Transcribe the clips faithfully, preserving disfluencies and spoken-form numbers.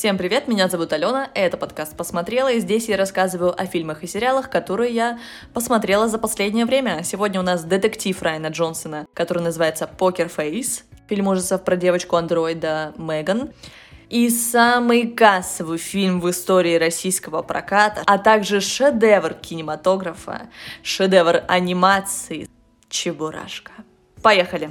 Всем привет, меня зовут Алена, это подкаст «Посмотрела», и здесь я рассказываю о фильмах и сериалах, которые я посмотрела за последнее время. Сегодня у нас детектив Райана Джонсона, который называется «Покер Фейс», фильм ужасов про девочку-андроида Меган, и самый кассовый фильм в истории российского проката, а также шедевр кинематографа, шедевр анимации «Чебурашка». Поехали!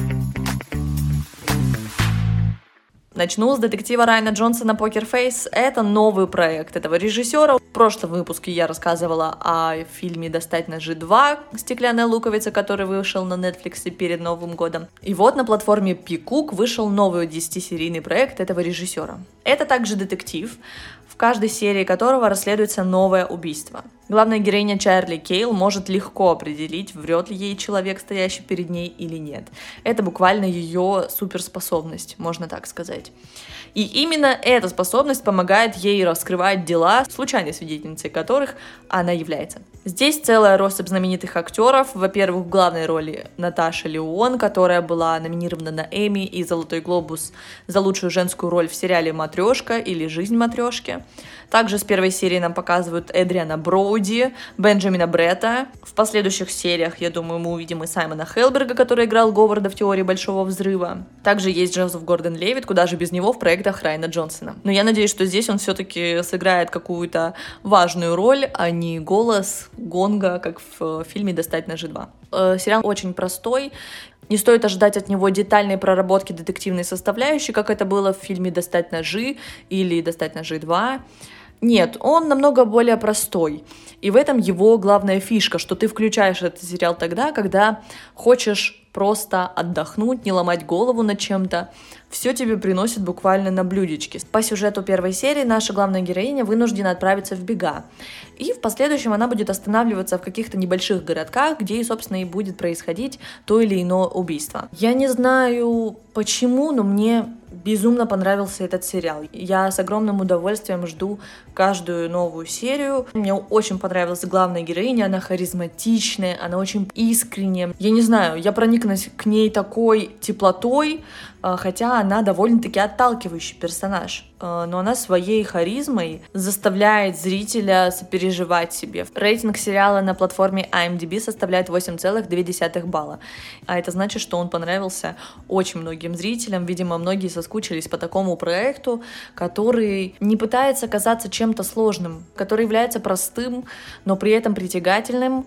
Начну с детектива Райана Джонсона «Покер Фейс». Это новый проект этого режиссера. В прошлом выпуске я рассказывала о фильме «Достать ножи два. Стеклянная луковица», который вышел на Netflix перед Новым годом. И вот на платформе Пикук вышел новый десятисерийный проект этого режиссера. Это также детектив, в каждой серии которого расследуется новое убийство. Главная героиня Чарли Кейл может легко определить, врет ли ей человек, стоящий перед ней, или нет. Это буквально ее суперспособность, можно так сказать. И именно эта способность помогает ей раскрывать дела, случайной свидетельницей которых она является. Здесь целая россыпь знаменитых актеров. Во-первых, в главной роли Наташа Леон, которая была номинирована на Эмми и Золотой глобус за лучшую женскую роль в сериале «Матрешка» или «Жизнь матрешки». Также с первой серии нам показывают Эдриана Броуди, Бенджамина Бретта. В последующих сериях, я думаю, мы увидим и Саймона Хелберга, который играл Говарда в «Теории большого взрыва». Также есть Джозеф Гордон-Левитт, куда же без него в проектах Райана Джонсона. Но я надеюсь, что здесь он все-таки сыграет какую-то важную роль, а не голос гонга, как в фильме «Достать ножи два». Сериал очень простой. Не стоит ожидать от него детальной проработки детективной составляющей, как это было в фильме «Достать ножи» или «Достать ножи два». Нет, он намного более простой. И в этом его главная фишка, что ты включаешь этот сериал тогда, когда хочешь просто отдохнуть, не ломать голову над чем-то. Все тебе приносит буквально на блюдечке. По сюжету первой серии наша главная героиня вынуждена отправиться в бега. И в последующем она будет останавливаться в каких-то небольших городках, где, собственно, и будет происходить то или иное убийство. Я не знаю почему, но мне безумно понравился этот сериал. Я с огромным удовольствием жду каждую новую серию. Мне очень понравилась главная героиня, она харизматичная, она очень искренняя. Я не знаю, я проникнусь к ней такой теплотой, хотя она довольно-таки отталкивающий персонаж. Но она своей харизмой заставляет зрителя сопереживать себе. Рейтинг сериала на платформе ай эм ди би составляет восемь целых две десятых балла. А это значит, что он понравился очень многим зрителям. Видимо, многие соскучились по такому проекту, который не пытается казаться чем-то сложным, который является простым, но при этом притягательным,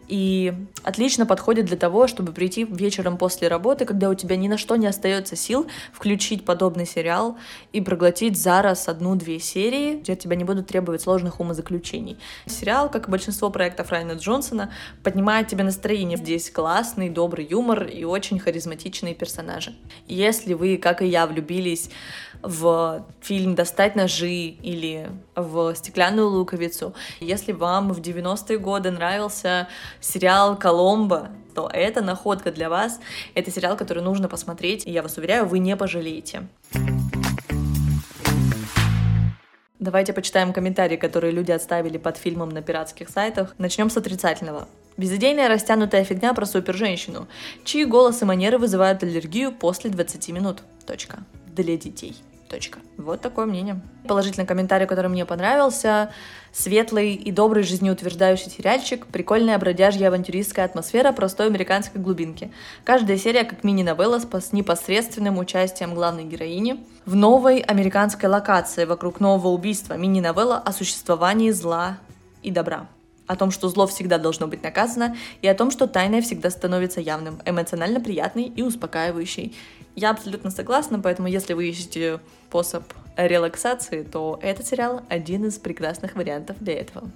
и отлично подходит для того, чтобы прийти вечером после работы, когда у тебя ни на что не остается сил, включить подобный сериал и проглотить за раз одну-две серии, где от тебя не будут требовать сложных умозаключений. Сериал, как и большинство проектов Райана Джонсона, поднимает тебе настроение. Здесь классный, добрый юмор и очень харизматичные персонажи. Если вы, как и я, влюбились в фильм «Достать ножи» или в «Стеклянную луковицу», если вам в девяностые годы нравился сериал «Коломбо», то это находка для вас. Это сериал, который нужно посмотреть, и я вас уверяю, вы не пожалеете. Давайте почитаем комментарии, которые люди оставили под фильмом на пиратских сайтах. Начнем с отрицательного. Безыдейная растянутая фигня про супер-женщину, чьи голос и манеры вызывают аллергию после двадцати минут. Точка. Для детей. Точка. Вот такое мнение. Положительный комментарий, который мне понравился. Светлый и добрый жизнеутверждающий сериальчик, прикольная бродяжья авантюристская атмосфера простой американской глубинки. Каждая серия как мини-новелла с непосредственным участием главной героини в новой американской локации вокруг нового убийства. Мини-новелла о существовании зла и добра. О том, что зло всегда должно быть наказано, и о том, что тайное всегда становится явным, эмоционально приятный и успокаивающий. Я абсолютно согласна, поэтому если вы ищете способ релаксации, то этот сериал один из прекрасных вариантов для этого.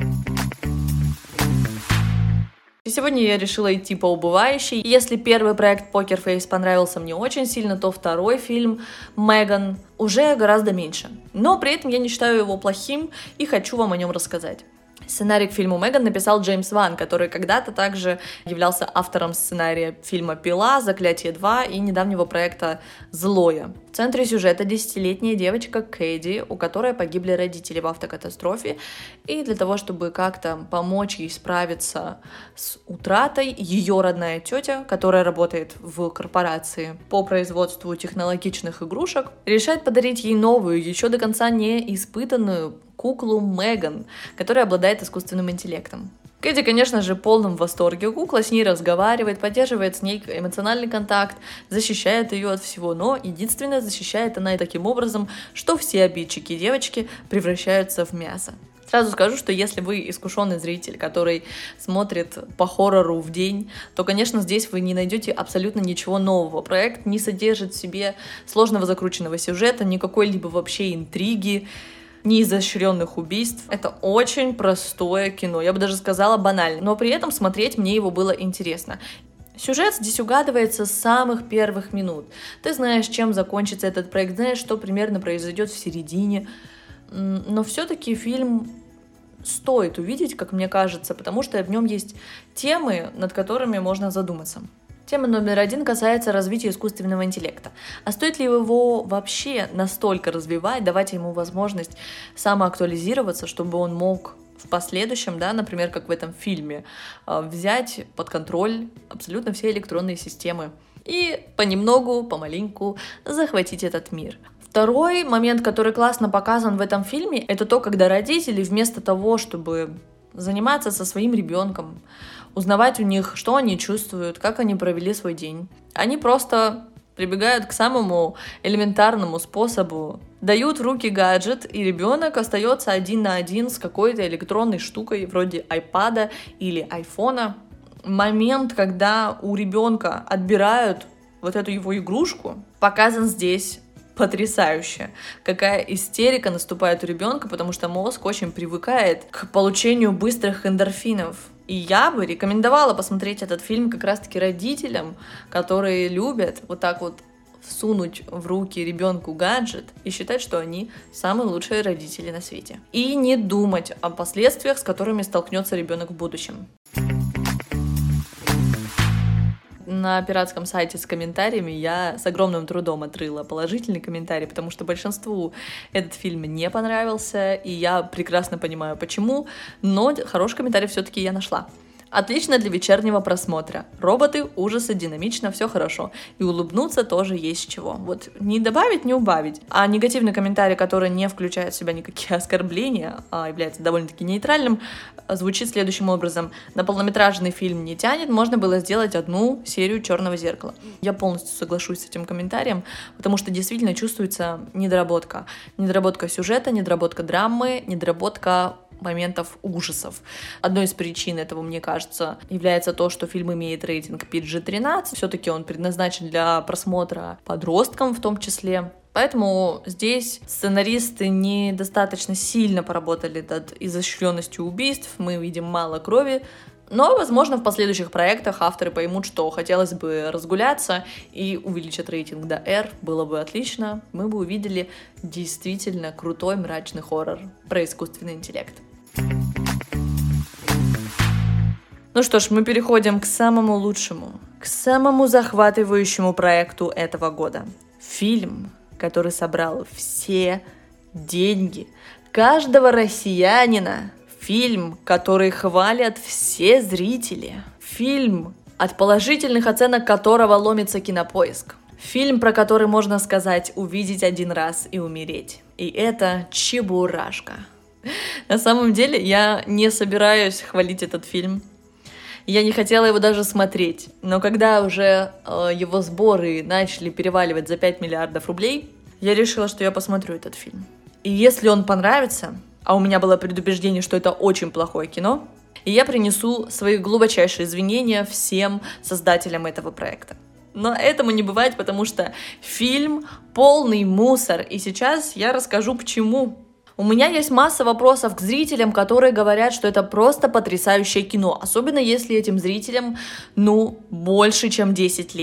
И сегодня я решила идти по убывающей. Если первый проект «Покер Фейс» понравился мне очень сильно, то второй фильм «Меган» уже гораздо меньше. Но при этом я не считаю его плохим и хочу вам о нем рассказать. Сценарий к фильму «Меган» написал Джеймс Ван, который когда-то также являлся автором сценария фильма «Пила», «Заклятие два» и недавнего проекта «Злое». В центре сюжета десятилетняя девочка Кэдди, у которой погибли родители в автокатастрофе, и для того, чтобы как-то помочь ей справиться с утратой, ее родная тетя, которая работает в корпорации по производству технологичных игрушек, решает подарить ей новую, еще до конца не испытанную куклу Меган, которая обладает искусственным интеллектом. Кэдди, конечно же, в полном восторге. Кукла с ней разговаривает, поддерживает с ней эмоциональный контакт, защищает ее от всего, но единственное, защищает она и таким образом, что все обидчики девочки превращаются в мясо. Сразу скажу, что если вы искушенный зритель, который смотрит по хоррору в день, то, конечно, здесь вы не найдете абсолютно ничего нового. Проект не содержит в себе сложного закрученного сюжета, никакой либо вообще интриги, неизощренных убийств. Это очень простое кино, я бы даже сказала банально, но при этом смотреть мне его было интересно. Сюжет здесь угадывается с самых первых минут. Ты знаешь, чем закончится этот проект, знаешь, что примерно произойдет в середине, но все-таки фильм стоит увидеть, как мне кажется, потому что в нем есть темы, над которыми можно задуматься. Тема номер один касается развития искусственного интеллекта. А стоит ли его вообще настолько развивать, давать ему возможность самоактуализироваться, чтобы он мог в последующем, да, например, как в этом фильме, взять под контроль абсолютно все электронные системы и понемногу, помаленьку захватить этот мир. Второй момент, который классно показан в этом фильме, это то, когда родители вместо того, чтобы заниматься со своим ребенком, узнавать у них, что они чувствуют, как они провели свой день, они просто прибегают к самому элементарному способу, дают в руки гаджет, и ребенок остается один на один с какой-то электронной штукой вроде айпада или айфона. Момент, когда у ребенка отбирают вот эту его игрушку, показан здесь потрясающе. Какая истерика наступает у ребенка, потому что мозг очень привыкает к получению быстрых эндорфинов. И я бы рекомендовала посмотреть этот фильм как раз-таки родителям, которые любят вот так вот всунуть в руки ребенку гаджет и считать, что они самые лучшие родители на свете. И не думать о последствиях, с которыми столкнется ребенок в будущем. На пиратском сайте с комментариями я с огромным трудом отрыла положительный комментарий, потому что большинству этот фильм не понравился, и я прекрасно понимаю почему, но хороший комментарий все-таки я нашла. Отлично для вечернего просмотра. Роботы, ужасы, динамично, все хорошо. И улыбнуться тоже есть чего. Вот не добавить, не убавить. А негативный комментарий, который не включает в себя никакие оскорбления, а является довольно-таки нейтральным, звучит следующим образом. На полнометражный фильм не тянет, можно было сделать одну серию «Черного зеркала». Я полностью соглашусь с этим комментарием, потому что действительно чувствуется недоработка. Недоработка сюжета, недоработка драмы, недоработка моментов ужасов. Одной из причин этого, мне кажется, является то, что фильм имеет рейтинг пи джи тринадцать. Все-таки он предназначен для просмотра подросткам в том числе. Поэтому здесь сценаристы недостаточно сильно поработали над изощренностью убийств. Мы видим мало крови. Но, возможно, в последующих проектах авторы поймут, что хотелось бы разгуляться и увеличат рейтинг до R. Было бы отлично. Мы бы увидели действительно крутой мрачный хоррор про искусственный интеллект. Ну что ж, мы переходим к самому лучшему, к самому захватывающему проекту этого года. Фильм, который собрал все деньги каждого россиянина. Фильм, который хвалят все зрители. Фильм, от положительных оценок которого ломится Кинопоиск. Фильм, про который можно сказать «увидеть один раз и умереть». И это «Чебурашка». На самом деле я не собираюсь хвалить этот фильм. Я не хотела его даже смотреть. Но когда уже э, его сборы начали переваливать за пять миллиардов рублей, я решила, что я посмотрю этот фильм. И если он понравится, а у меня было предубеждение, что это очень плохое кино, и я принесу свои глубочайшие извинения всем создателям этого проекта. Но этому не бывает, потому что фильм полный мусор, и сейчас я расскажу почему. У меня есть масса вопросов к зрителям, которые говорят, что это просто потрясающее кино, особенно если этим зрителям, ну, больше, чем десять лет.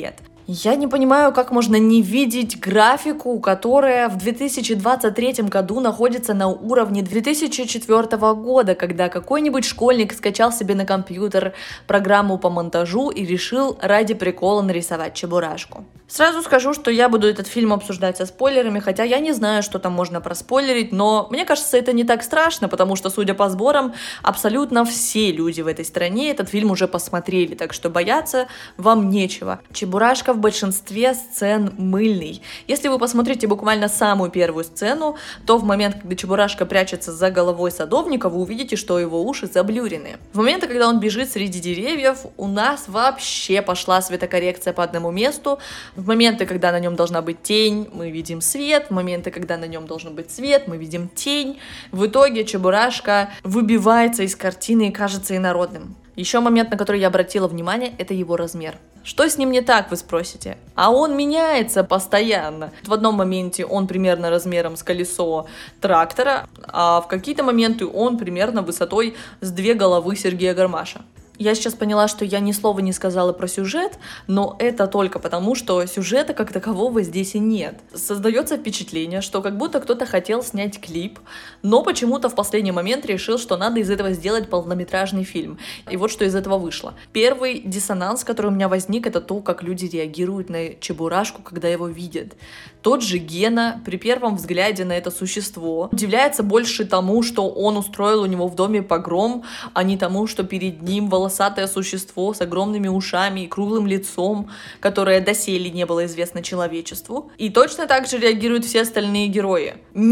Я не понимаю, как можно не видеть графику, которая в две тысячи двадцать третьем году находится на уровне две тысячи четвёртого года, когда какой-нибудь школьник скачал себе на компьютер программу по монтажу и решил ради прикола нарисовать Чебурашку. Сразу скажу, что я буду этот фильм обсуждать со спойлерами, хотя я не знаю, что там можно проспойлерить, но мне кажется, это не так страшно, потому что, судя по сборам, абсолютно все люди в этой стране этот фильм уже посмотрели, так что бояться вам нечего. Чебурашка в большинстве сцен мыльный. Если вы посмотрите буквально самую первую сцену, то в момент, когда Чебурашка прячется за головой садовника, вы увидите, что его уши заблюрены. В моменты, когда он бежит среди деревьев, у нас вообще пошла светокоррекция по одному месту. В моменты, когда на нем должна быть тень, мы видим свет. В моменты, когда на нем должен быть свет, мы видим тень. В итоге Чебурашка выбивается из картины и кажется инородным. Еще момент, на который я обратила внимание, это его размер. Что с ним не так, вы спросите? А он меняется постоянно. В одном моменте он примерно размером с колесо трактора, а в какие-то моменты он примерно высотой с две головы Сергея Гармаша. Я сейчас поняла, что я ни слова не сказала про сюжет, но это только потому, что сюжета как такового здесь и нет. Создается впечатление, что как будто кто-то хотел снять клип, но почему-то в последний момент решил, что надо из этого сделать полнометражный фильм. И вот что из этого вышло. Первый диссонанс, который у меня возник, это то, как люди реагируют на Чебурашку, когда его видят. Тот же Гена при первом взгляде на это существо удивляется больше тому, что он устроил у него в доме погром, а не тому, что перед ним волосатый волосатое существо с огромными ушами и круглым лицом, которое доселе не было известно человечеству. И точно так же реагируют все остальные герои.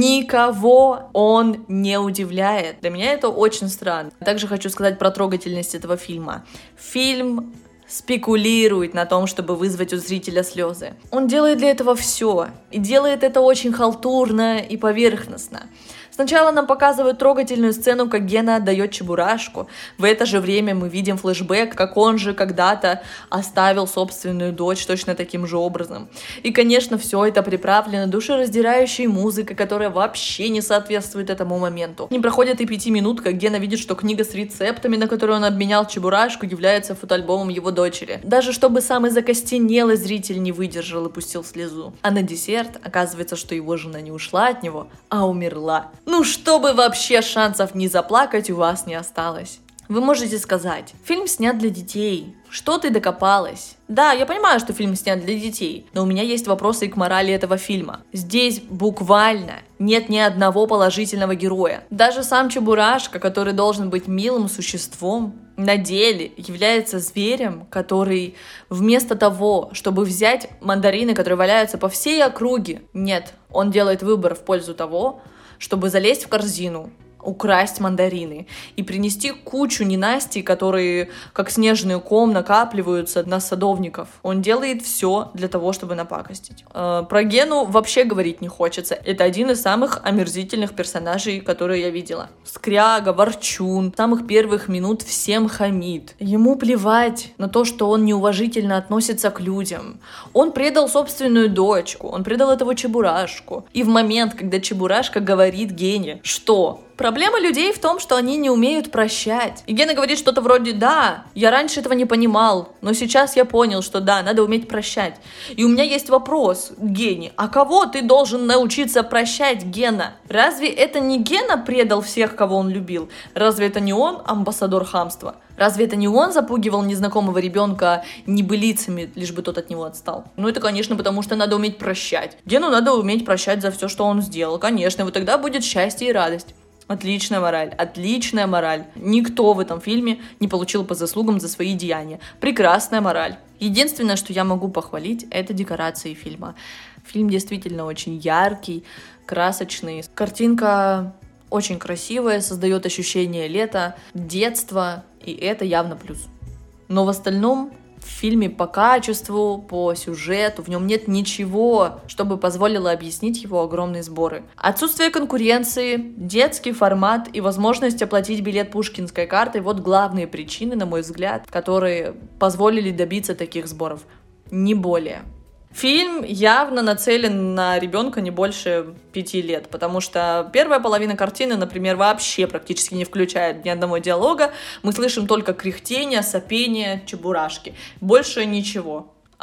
Никого он не удивляет. Для меня это очень странно. Также хочу сказать про трогательность этого фильма. Фильм спекулирует на том, чтобы вызвать у зрителя слезы. Он делает для этого все. И делает это очень халтурно и поверхностно. Сначала нам показывают трогательную сцену, как Гена отдает Чебурашку. В это же время мы видим флешбэк, как он же когда-то оставил собственную дочь точно таким же образом. И, конечно, все это приправлено душераздирающей музыкой, которая вообще не соответствует этому моменту. Не проходит и пяти минут, как Гена видит, что книга с рецептами, на которую он обменял Чебурашку, является фотоальбомом его дочери. Даже чтобы самый закостенелый зритель не выдержал и пустил слезу. А на десерт оказывается, что его жена не ушла от него, а умерла. Ну, чтобы вообще шансов не заплакать у вас не осталось. Вы можете сказать, фильм снят для детей, что ты докопалась? Да, я понимаю, что фильм снят для детей, но у меня есть вопросы и к морали этого фильма. Здесь буквально нет ни одного положительного героя. Даже сам Чебурашка, который должен быть милым существом, на деле является зверем, который вместо того, чтобы взять мандарины, которые валяются по всей округе, нет, он делает выбор в пользу того, чтобы залезть в корзину, украсть мандарины и принести кучу ненастий, которые как снежный ком накапливаются на садовников. Он делает все для того, чтобы напакостить. Э, про Гену вообще говорить не хочется. Это один из самых омерзительных персонажей, которые я видела. Скряга, ворчун, с самых первых минут всем хамит. Ему плевать на то, что он неуважительно относится к людям. Он предал собственную дочку, он предал этого Чебурашку. И в момент, когда Чебурашка говорит Гене, что проблема людей в том, что они не умеют прощать. И Гена говорит что-то вроде «Да, я раньше этого не понимал, но сейчас я понял, что да, надо уметь прощать». И у меня есть вопрос к Гене. А кого ты должен научиться прощать, Гена? Разве это не Гена предал всех, кого он любил? Разве это не он амбассадор хамства? Разве это не он запугивал незнакомого ребенка небылицами, лишь бы тот от него отстал? Ну это, конечно, потому что надо уметь прощать. Гену надо уметь прощать за все, что он сделал. Конечно, вот тогда будет счастье и радость. Отличная мораль, отличная мораль. Никто в этом фильме не получил по заслугам за свои деяния. Прекрасная мораль. Единственное, что я могу похвалить, это декорации фильма. Фильм действительно очень яркий, красочный. Картинка очень красивая, создает ощущение лета, детства, и это явно плюс. Но в остальном в фильме по качеству, по сюжету, в нем нет ничего, чтобы позволило объяснить его огромные сборы. Отсутствие конкуренции, детский формат и возможность оплатить билет пушкинской картой – вот главные причины, на мой взгляд, которые позволили добиться таких сборов. Не более. Фильм явно нацелен на ребенка не больше пяти лет, потому что первая половина картины, например, вообще практически не включает ни одного диалога. Мы слышим только кряхтение, сопение Чебурашки. Больше ничего.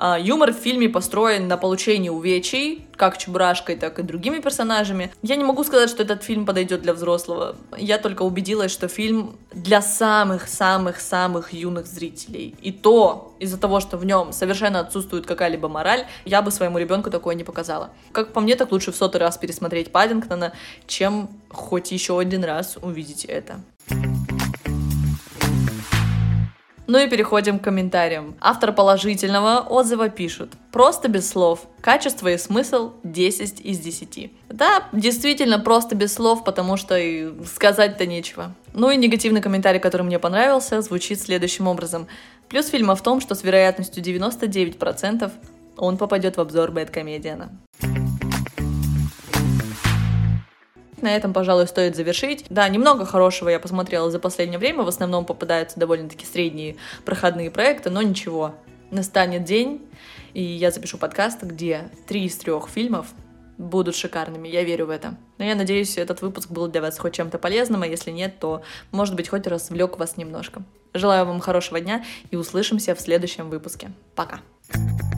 А, юмор в фильме построен на получении увечий, как Чебурашкой, так и другими персонажами. Я не могу сказать, что этот фильм подойдет для взрослого. Я только убедилась, что фильм для самых-самых-самых юных зрителей. И то из-за того, что в нем совершенно отсутствует какая-либо мораль, я бы своему ребенку такое не показала. Как по мне, так лучше в сотый раз пересмотреть Паддингтона, чем хоть еще один раз увидеть это. Ну и переходим к комментариям. Автор положительного отзыва пишет: просто без слов. Качество и смысл десять из десяти. Да, действительно, просто без слов, потому что и сказать-то нечего. Ну и негативный комментарий, который мне понравился, звучит следующим образом. Плюс фильма в том, что с вероятностью девяносто девять процентов он попадет в обзор Бэдкомедиана. На этом, пожалуй, стоит завершить. Да, немного хорошего я посмотрела за последнее время. В основном попадаются довольно-таки средние проходные проекты, но ничего. Настанет день, и я запишу подкаст, где три из трех фильмов будут шикарными. Я верю в это. Но я надеюсь, этот выпуск был для вас хоть чем-то полезным, а если нет, то, может быть, хоть развлек вас немножко. Желаю вам хорошего дня и услышимся в следующем выпуске. Пока!